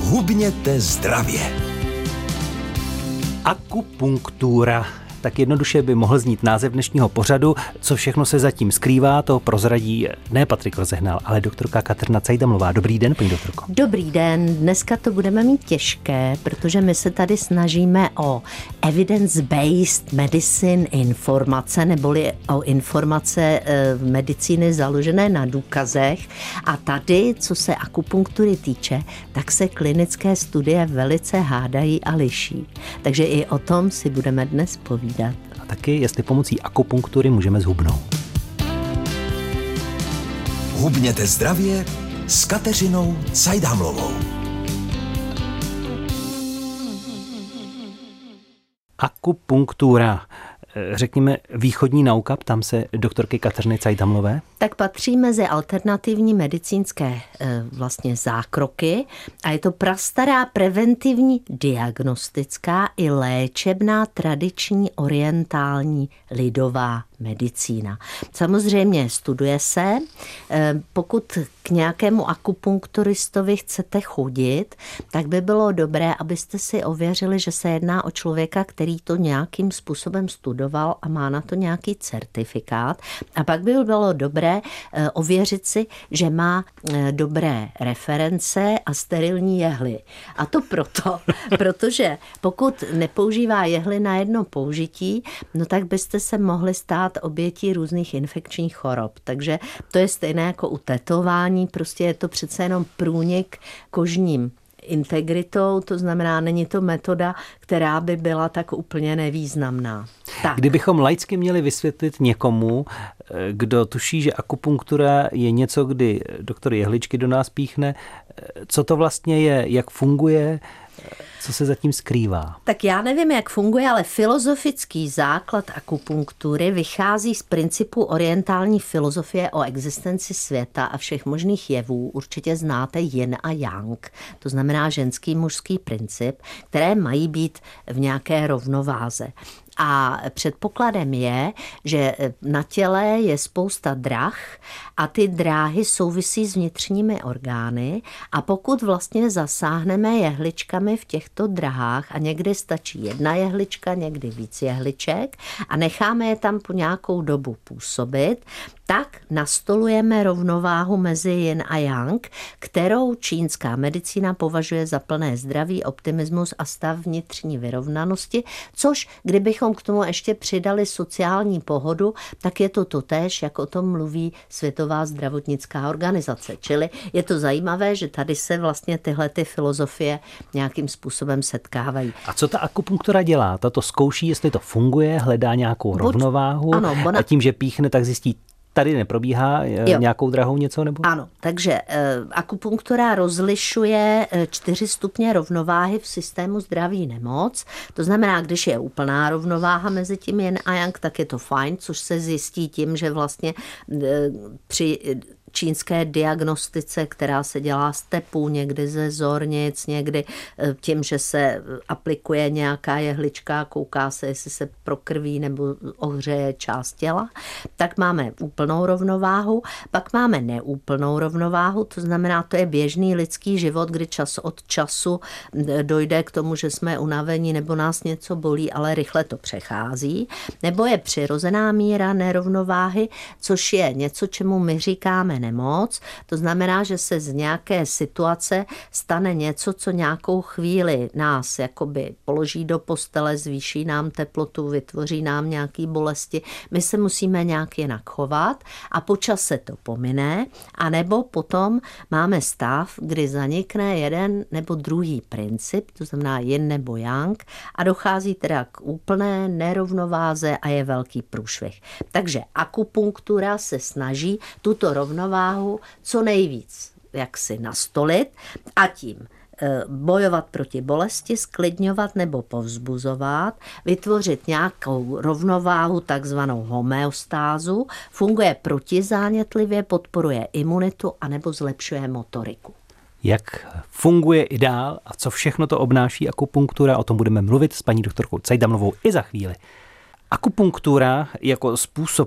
Hubněte zdravě. Akupunktura. Tak jednoduše by mohl znít název dnešního pořadu. Co všechno se zatím skrývá, to prozradí ne Patrik Rozehnal, ale doktorka Kateřina Cajdamlová. Dobrý den, paní doktorko. Dobrý den. Dneska to budeme mít těžké, protože my se tady snažíme o evidence-based medicine informace, neboli o informace medicíny založené na důkazech. A tady, co se akupunktury týče, tak se klinické studie velice hádají a liší. Takže i o tom si budeme dnes povídat. A taky, jestli pomocí akupunktury můžeme zhubnout. Hubněte zdravě s Kateřinou Cajdamlovou. Akupunktura. Řekněme východní nauka, ptám se doktorky Kateřiny Cajdamlové. Tak patří mezi alternativní medicínské vlastně zákroky a je to prastará preventivní diagnostická i léčebná tradiční orientální lidová medicína. Samozřejmě studuje se, pokud k nějakému akupunkturistovi chcete chodit, tak by bylo dobré, abyste si ověřili, že se jedná o člověka, který to nějakým způsobem studoval a má na to nějaký certifikát. A pak by bylo dobré ověřit si, že má dobré reference a sterilní jehly. A to proto, protože pokud nepoužívá jehly na jedno použití, no tak byste se mohli stát obětí různých infekčních chorob. Takže to je stejné jako u tetování, prostě je to přece jenom průnik kožním integritou, to znamená, není to metoda, která by byla tak úplně nevýznamná. Tak. Kdybychom laicky měli vysvětlit někomu, kdo tuší, že akupunktura je něco, kdy doktor jehličky do nás píchne, co to vlastně je, jak funguje, co se zatím skrývá? Tak já nevím, jak funguje, ale filozofický základ akupunktury vychází z principu orientální filozofie o existenci světa a všech možných jevů. Určitě znáte yin a yang, to znamená ženský, mužský princip, které mají být v nějaké rovnováze. A předpokladem je, že na těle je spousta drah a ty dráhy souvisí s vnitřními orgány a pokud vlastně zasáhneme jehličkami v těchto drahách a někdy stačí jedna jehlička, někdy víc jehliček a necháme je tam po nějakou dobu působit, tak nastolujeme rovnováhu mezi yin a yang, kterou čínská medicína považuje za plné zdraví, optimismus a stav vnitřní vyrovnanosti, což kdybychom k tomu ještě přidali sociální pohodu, tak je to totéž, jak o tom mluví Světová zdravotnická organizace. Čili je to zajímavé, že tady se vlastně tyhle ty filozofie nějakým způsobem setkávají. A co ta akupunktura dělá? Tato zkouší, jestli to funguje, hledá nějakou rovnováhu a tím, že píchne, tak zjistí, tady neprobíhá nějakou drahou něco? Nebo? Ano, takže akupunktura rozlišuje 4 stupně rovnováhy v systému zdraví nemoc. To znamená, když je úplná rovnováha mezi tím yin a yang, tak je to fajn, což se zjistí tím, že vlastně při čínské diagnostice, která se dělá z tepů, někdy ze zornic, někdy tím, že se aplikuje nějaká jehlička, kouká se, jestli se prokrví nebo ohřeje část těla, tak máme úplnou rovnováhu, pak máme neúplnou rovnováhu, to znamená, to je běžný lidský život, kdy čas od času dojde k tomu, že jsme unavení nebo nás něco bolí, ale rychle to přechází, nebo je přirozená míra nerovnováhy, což je něco, čemu my říkáme nemoc, to znamená, že se z nějaké situace stane něco, co nějakou chvíli nás jakoby položí do postele, zvýší nám teplotu, vytvoří nám nějaké bolesti. My se musíme nějak jinak chovat a po čase to pomine, anebo potom máme stav, kdy zanikne jeden nebo druhý princip, to znamená yin nebo yang a dochází teda k úplné nerovnováze a je velký průšvih. Takže akupunktura se snaží tuto rovnováhu co nejvíc jaksi nastolit a tím bojovat proti bolesti, sklidňovat nebo povzbuzovat, vytvořit nějakou rovnováhu, takzvanou homeostázu, funguje protizánětlivě, podporuje imunitu anebo zlepšuje motoriku. Jak funguje i dál a co všechno to obnáší akupunktura, o tom budeme mluvit s paní doktorkou Cajdamlovou i za chvíli. Akupunktura jako způsob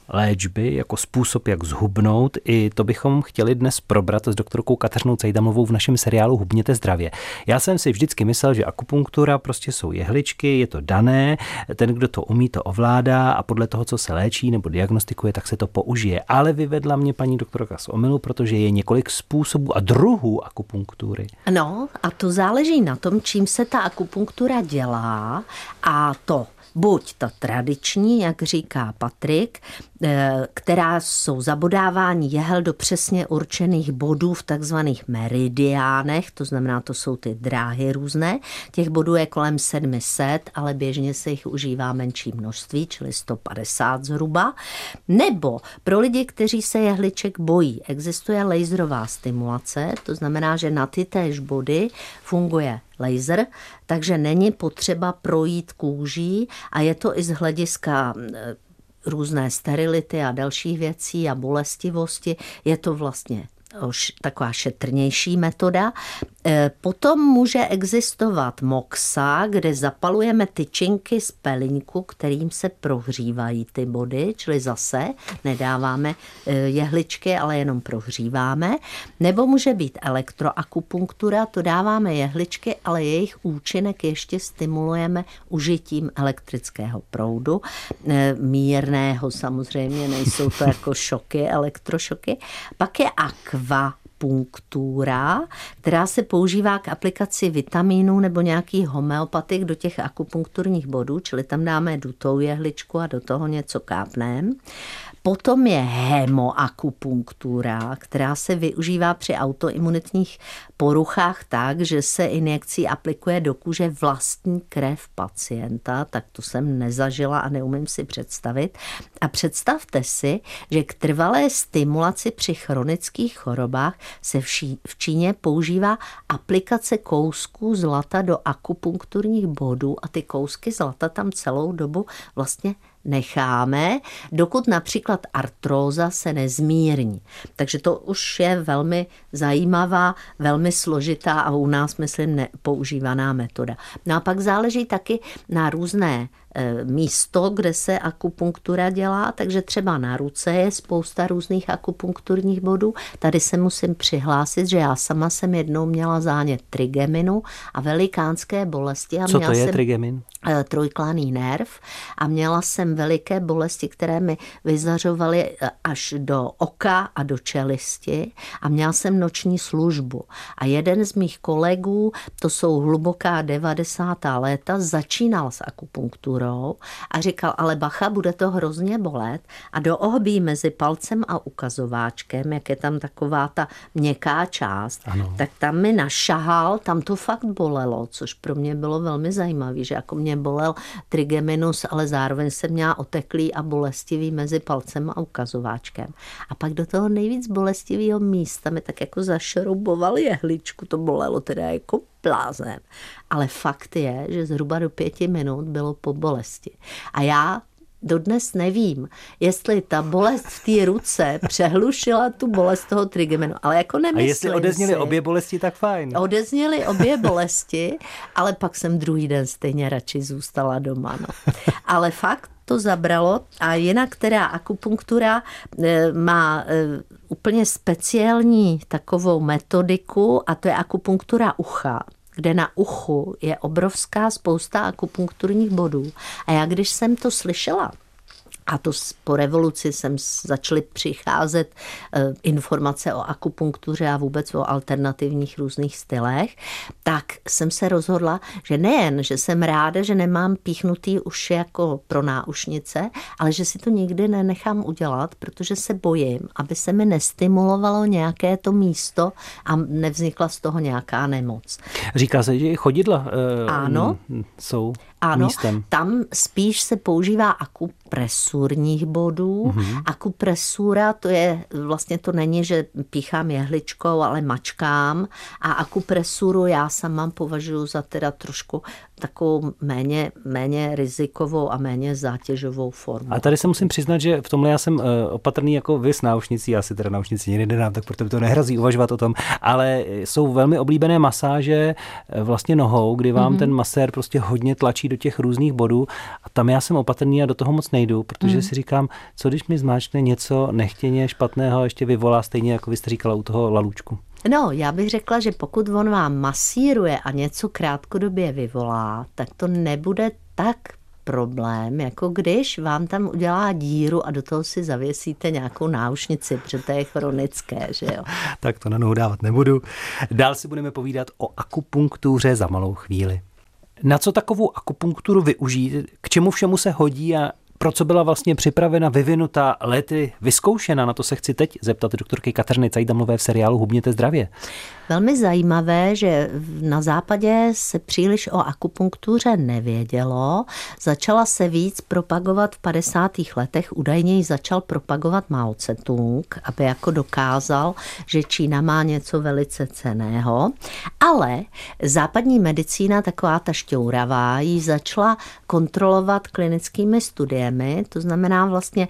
léčby, jako způsob, jak zhubnout. I to bychom chtěli dnes probrat s doktorkou Kateřinou Cajdamlovou v našem seriálu Hubněte zdravě. Já jsem si vždycky myslel, že akupunktura prostě jsou jehličky, je to dané, ten, kdo to umí, to ovládá a podle toho, co se léčí nebo diagnostikuje, tak se to použije. Ale vyvedla mě paní doktorka z omylu, protože je několik způsobů a druhů akupunktury. No a to záleží na tom, čím se ta akupunktura dělá, a to buď ta tradiční, jak říká Patrik, která jsou zabodávání jehel do přesně určených bodů v takzvaných meridiánech, to znamená, to jsou ty dráhy různé. Těch bodů je kolem 700, ale běžně se jich užívá menší množství, čili 150 zhruba. Nebo pro lidi, kteří se jehliček bojí, existuje laserová stimulace, to znamená, že na ty též body funguje laser, takže není potřeba projít kůží a je to i z hlediska různé sterility a dalších věcí a bolestivosti. Je to vlastně taková šetrnější metoda. Potom může existovat moxa, kde zapalujeme tyčinky z pelíňku, kterým se prohřívají ty body, čili zase nedáváme jehličky, ale jenom prohříváme. Nebo může být elektroakupunktura, to dáváme jehličky, ale jejich účinek ještě stimulujeme užitím elektrického proudu. Mírného samozřejmě, nejsou to jako šoky, elektrošoky. Pak je akvapunktura, která se používá k aplikaci vitamínů nebo nějakých homeopatik do těch akupunkturních bodů, čili tam dáme dutou jehličku a do toho něco kápneme. Potom je hemoakupunktura, která se využívá při autoimunitních poruchách tak, že se injekcí aplikuje do kůže vlastní krev pacienta, tak to jsem nezažila a neumím si představit. A představte si, že k trvalé stimulaci při chronických chorobách se v Číně používá aplikace kousků zlata do akupunkturních bodů a ty kousky zlata tam celou dobu vlastně necháme, dokud například artróza se nezmírní. Takže to už je velmi zajímavá, velmi složitá a u nás, myslím, nepoužívaná metoda. No a pak záleží taky na různé místo, kde se akupunktura dělá, takže třeba na ruce je spousta různých akupunkturních bodů. Tady se musím přihlásit, že já sama jsem jednou měla zánět trigeminu a velikánské bolesti. A co to je trigemin? Trojklaný nerv a měla jsem veliké bolesti, které mi vyzařovaly až do oka a do čelisti a měla jsem noční službu. A jeden z mých kolegů, to jsou hluboká 90. léta, začínal s akupunkturou a říkal, ale bacha, bude to hrozně bolet a do ohbí mezi palcem a ukazováčkem, jak je tam taková ta měkká část, ano, tak tam mi našahal, tam to fakt bolelo, což pro mě bylo velmi zajímavé, že jako mě bolel trigeminus, ale zároveň jsem měla oteklý a bolestivý mezi palcem a ukazováčkem. A pak do toho nejvíc bolestivého místa mi tak jako zašrouboval jehličku, to bolelo teda jako blázen. Ale fakt je, že zhruba do 5 minut bylo po bolesti. A já dodnes nevím, jestli ta bolest v té ruce přehlušila tu bolest toho trigeminu, ale jako nemyslím. A jestli odezněly obě bolesti, tak fajn. Odezněly obě bolesti, ale pak jsem druhý den stejně radši zůstala doma. No. Ale fakt to zabralo a jinak teda akupunktura má úplně speciální takovou metodiku a to je akupunktura ucha, kde na uchu je obrovská spousta akupunkturních bodů. A já když jsem to slyšela, a to po revoluci jsem začaly přicházet informace o akupunktuře a vůbec o alternativních různých stylech, tak jsem se rozhodla, že nejen, že jsem ráda, že nemám píchnutý uši jako pro náušnice, ale že si to nikdy nenechám udělat, protože se bojím, aby se mi nestimulovalo nějaké to místo a nevznikla z toho nějaká nemoc. Říká se, že i chodidla ano, jsou ano, místem. Tam spíš se používá akupresurních bodů. Mm-hmm. Akupresura, to je vlastně to není, že píchám jehličkou, ale mačkám. A akupresuru já sama považuji za teda trošku takovou méně rizikovou a méně zátěžovou formu. A tady se musím přiznat, že v tomhle já jsem opatrný jako vy s náušnicí, já si teda náušnici nikdy nedám, tak proto by to nehrazí uvažovat o tom, ale jsou velmi oblíbené masáže vlastně nohou, kdy vám ten masér prostě hodně tlačí do těch různých bodů a tam já jsem opatrný a do toho moc nejdu, protože si říkám, co když mi zmáčkne něco nechtěně špatného a ještě vyvolá stejně, jako vy jste říkala u toho lalůčku. No, já bych řekla, že pokud on vám masíruje a něco krátkodobě vyvolá, tak to nebude tak problém, jako když vám tam udělá díru a do toho si zavěsíte nějakou náušnici, protože to je chronické, že jo. Tak to na nohu dávat nebudu. Dál si budeme povídat o akupunktuře za malou chvíli. Na co takovou akupunkturu využít, k čemu všemu se hodí a pro co byla vlastně připravena, vyvinuta, lety vyzkoušena? Na to se chci teď zeptat doktorky Kateřiny Cajdamlové v seriálu Hubněte zdravě. Velmi zajímavé, že na západě se příliš o akupunktuře nevědělo. Začala se víc propagovat v 50. letech. Údajně ji začal propagovat Mao Tse-tung, aby jako dokázal, že Čína má něco velice cenného. Ale západní medicína, taková ta šťouravá, ji začala kontrolovat klinickými studiemi. To znamená vlastně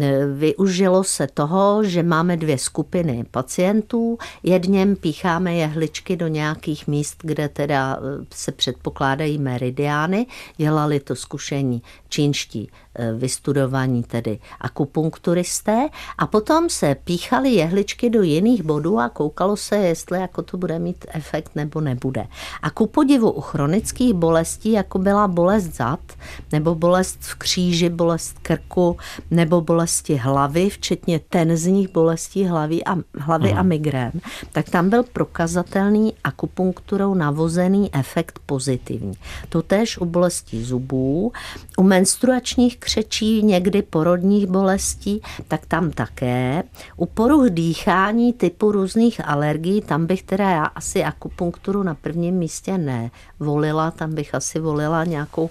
využilo se toho, že máme dvě skupiny pacientů. Jedněm pícháme jehličky do nějakých míst, kde teda se předpokládají meridiány. Dělali to zkušení čínští vystudovaní tedy akupunkturisté a potom se píchaly jehličky do jiných bodů a koukalo se, jestli jako to bude mít efekt nebo nebude. A ku podivu u chronických bolestí, jako byla bolest zad, nebo bolest v kříži, bolest krku, nebo bolesti hlavy, včetně tenzních bolestí hlavy a migrén, tak tam byl prokazatelný akupunkturou navozený efekt pozitivní. Totéž u bolestí zubů, u menstruačních křečí, někdy porodních bolestí, tak tam také. U poruch dýchání typu různých alergií, tam bych teda já asi akupunkturu na prvním místě nevolila, tam bych asi volila nějakou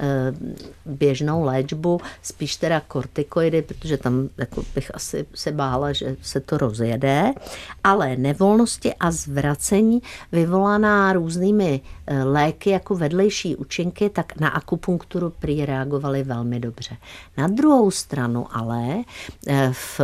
běžnou léčbu, spíš teda kortikoidy, protože tam jako bych asi se bála, že se to rozjede, ale nevolnosti a zvracení vyvolaná různými léky jako vedlejší účinky, tak na akupunkturu prý reagovaly velmi dobře. Na druhou stranu ale v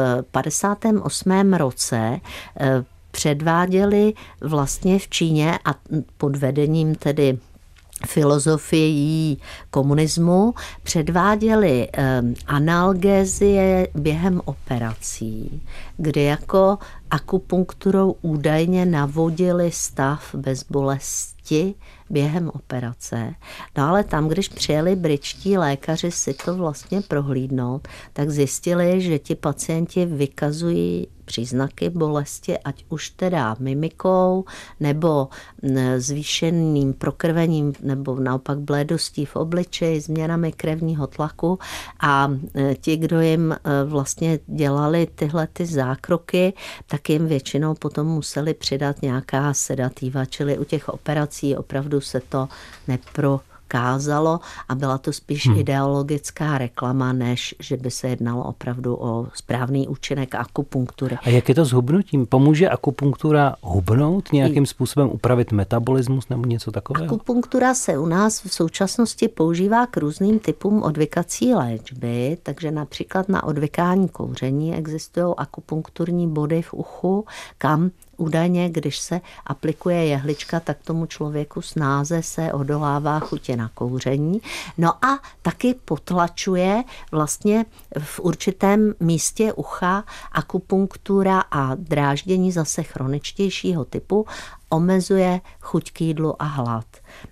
58. roce předváděli vlastně v Číně a pod vedením tedy filozofií komunismu předváděli analgézie během operací, kdy jako akupunkturou údajně navodili stav bezbolesti během operace. No ale tam, když přijeli britští lékaři si to vlastně prohlídnout, tak zjistili, že ti pacienti vykazují příznaky bolesti, ať už teda mimikou, nebo zvýšeným prokrvením, nebo naopak blédostí v obličeji, změnami krevního tlaku a ti, kdo jim vlastně dělali tyhle ty zákroky, tak jim většinou potom museli přidat nějaká sedativa, čili u těch operací opravdu se to neprokázalo a byla to spíš ideologická reklama, než že by se jednalo opravdu o správný účinek akupunktury. A jak je to s hubnutím? Pomůže akupunktura hubnout, nějakým způsobem upravit metabolismus nebo něco takového? Akupunktura se u nás v současnosti používá k různým typům odvykací léčby, takže například na odvykání kouření existují akupunkturní body v uchu, kam údajně, když se aplikuje jehlička, tak tomu člověku snáze se odolává chutě na kouření. No a taky potlačuje vlastně v určitém místě ucha akupunktura a dráždění zase chroničtějšího typu omezuje chuť k jídlu a hlad.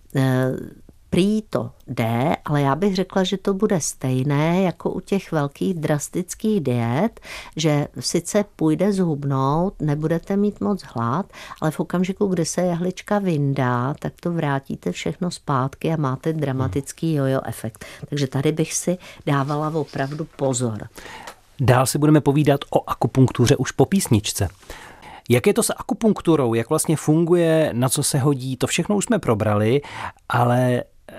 Prý to jde, ale já bych řekla, že to bude stejné jako u těch velkých drastických diet, že sice půjde zhubnout, nebudete mít moc hlad, ale v okamžiku, kdy se jehlička vyndá, tak to vrátíte všechno zpátky a máte dramatický jojo efekt. Takže tady bych si dávala opravdu pozor. Dál si budeme povídat o akupunktuře už po písničce. Jak je to s akupunkturou, jak vlastně funguje, na co se hodí, to všechno už jsme probrali, ale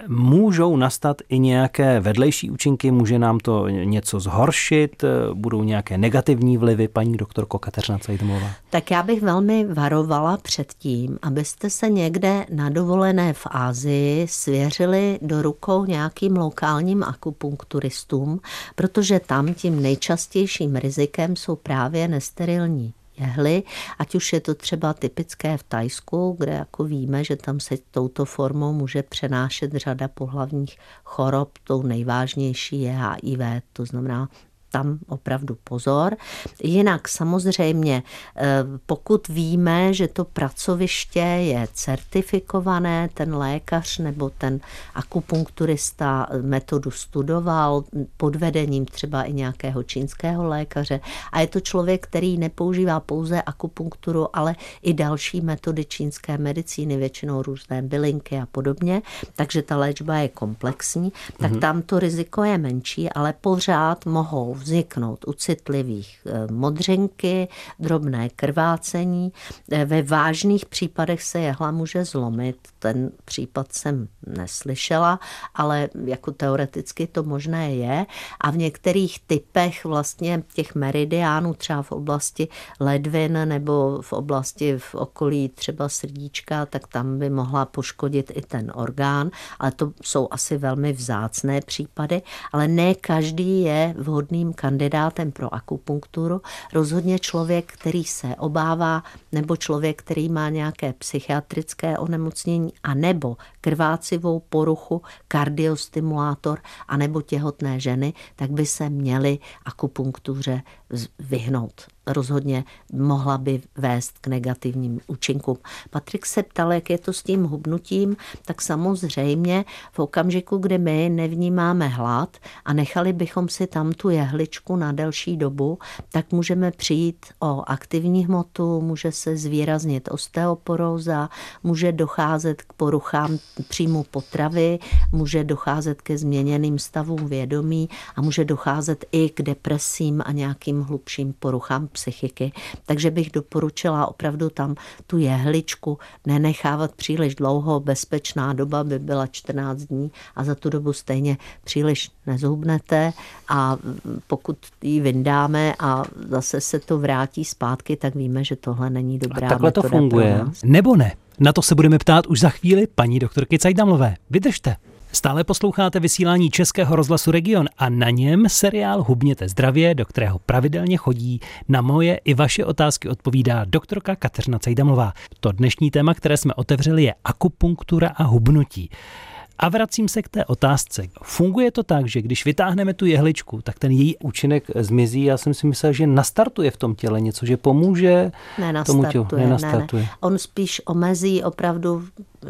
Můžou nastat i nějaké vedlejší účinky, může nám to něco zhoršit, budou nějaké negativní vlivy, paní doktorko Kateřina Cajdamová? Tak já bych velmi varovala před tím, abyste se někde na dovolené v Asii svěřili do rukou nějakým lokálním akupunkturistům, protože tam tím nejčastějším rizikem jsou právě nesterilní jehly, ať už je to třeba typické v Thajsku, kde jako víme, že tam se touto formou může přenášet řada pohlavních chorob, tou nejvážnější je HIV, to znamená tam opravdu pozor. Jinak samozřejmě, pokud víme, že to pracoviště je certifikované, ten lékař nebo ten akupunkturista metodu studoval pod vedením třeba i nějakého čínského lékaře a je to člověk, který nepoužívá pouze akupunkturu, ale i další metody čínské medicíny, většinou různé bylinky a podobně, takže ta léčba je komplexní, tak tam to riziko je menší, ale pořád mohou vzniknout u citlivých modřinky, drobné krvácení. Ve vážných případech se jehla může zlomit. Ten případ jsem neslyšela, ale jako teoreticky to možné je. A v některých typech vlastně těch meridiánů, třeba v oblasti ledvin nebo v oblasti v okolí třeba srdíčka, tak tam by mohla poškodit i ten orgán, ale to jsou asi velmi vzácné případy, ale ne každý je vhodným kandidátem pro akupunkturu. Rozhodně člověk, který se obává, nebo člověk, který má nějaké psychiatrické onemocnění, a nebo krvácivou poruchu, kardiostimulátor, a nebo těhotné ženy, tak by se měly akupunktuře vyhnout. Rozhodně mohla by vést k negativním účinkům. Patrik se ptal, jak je to s tím hubnutím, tak samozřejmě v okamžiku, kdy my nevnímáme hlad a nechali bychom si tam tu jehličku na delší dobu, tak můžeme přijít o aktivní hmotu, může se zvýraznit osteoporóza, může docházet k poruchám příjmu potravy, může docházet ke změněným stavům vědomí a může docházet i k depresím a nějakým hlubším poruchám psychiky. Takže bych doporučila opravdu tam tu jehličku nenechávat příliš dlouho. Bezpečná doba by byla 14 dní a za tu dobu stejně příliš nezhubnete, a pokud ji vyndáme a zase se to vrátí zpátky, tak víme, že tohle není dobrá takhle metoda to funguje. pro nás. Nebo ne? Na to se budeme ptát už za chvíli paní doktorky Cajdamlové. Vydržte. Stále posloucháte vysílání Českého rozhlasu Region a na něm seriál Hubněte zdravě, do kterého pravidelně chodí na moje i vaše otázky odpovídá doktorka Kateřina Cajdamlová. To dnešní téma, které jsme otevřeli, je akupunktura a hubnutí. A vracím se k té otázce. Funguje to tak, že když vytáhneme tu jehličku, tak ten její účinek zmizí? Já jsem si myslel, že nastartuje v tom těle něco, že pomůže tomu tělu. Nenastartuje. Ne. On spíš omezí opravdu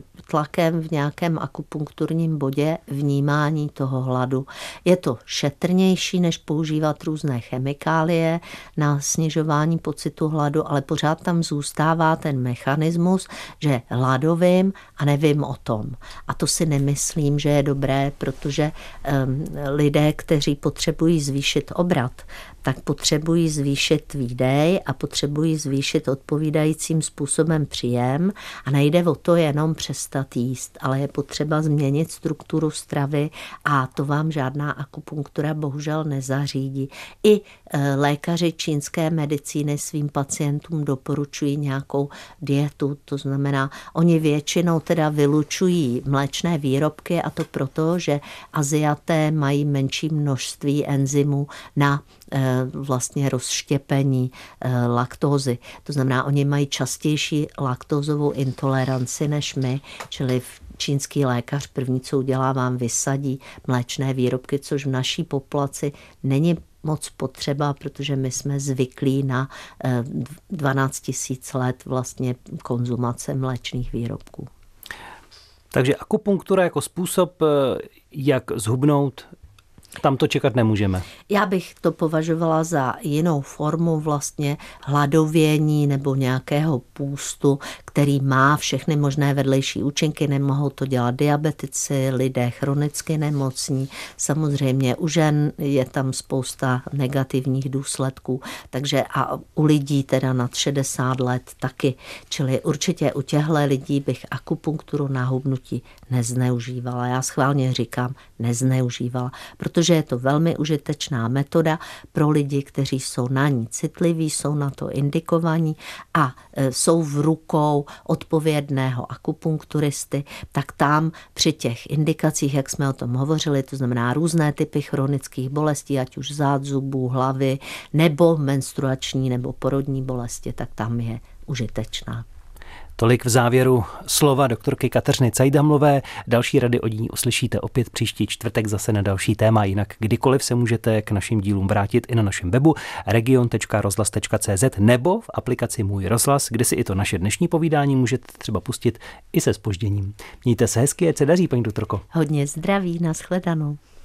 tlakem v nějakém akupunkturním bodě vnímání toho hladu. Je to šetrnější, než používat různé chemikálie na snižování pocitu hladu, ale pořád tam zůstává ten mechanismus, že hladovím a nevím o tom. A to si nemyslím, že je dobré, protože lidé, kteří potřebují zvýšit obrat, tak potřebují zvýšit výdej a potřebují zvýšit odpovídajícím způsobem příjem a nejde o to jenom přestat jíst, ale je potřeba změnit strukturu stravy a to vám žádná akupunktura bohužel nezařídí. I lékaři čínské medicíny svým pacientům doporučují nějakou dietu, to znamená, oni většinou teda vylučují mléčné výrobky a to proto, že Aziaté mají menší množství enzymů na vlastně rozštěpení laktózy. To znamená, oni mají častější laktózovou intoleranci než my, čili čínský lékař první, co udělá, vám vysadí mléčné výrobky, což v naší populaci není moc potřeba, protože my jsme zvyklí na 12 000 let vlastně konzumace mléčných výrobků. Takže akupunktura jako způsob, jak zhubnout, Tam to čekat nemůžeme. Já bych to považovala za jinou formu vlastně hladovění nebo nějakého půstu, který má všechny možné vedlejší účinky. Nemohou to dělat diabetici, lidé chronicky nemocní. Samozřejmě u žen je tam spousta negativních důsledků, takže a u lidí teda nad 60 let taky. Čili určitě u těchto lidí bych akupunkturu na hubnutí nezneužívala. Já schválně říkám nezneužívala, protože je to velmi užitečná metoda pro lidi, kteří jsou na ní citliví, jsou na to indikovaní a jsou v rukou odpovědného akupunkturisty, tak tam při těch indikacích, jak jsme o tom hovořili, to znamená různé typy chronických bolestí, ať už zád zubů, hlavy, nebo menstruační nebo porodní bolesti, tak tam je užitečná. Tolik v závěru slova doktorky Kateřiny Cajdamlové. Další rady od ní uslyšíte opět příští čtvrtek zase na další téma. Jinak kdykoliv se můžete k našim dílům vrátit i na našem webu region.rozhlas.cz nebo v aplikaci Můj rozhlas, kde si i to naše dnešní povídání můžete třeba pustit i se zpožděním. Mějte se hezky, ať se daří, paní doktorko. Hodně zdraví, nashledanou.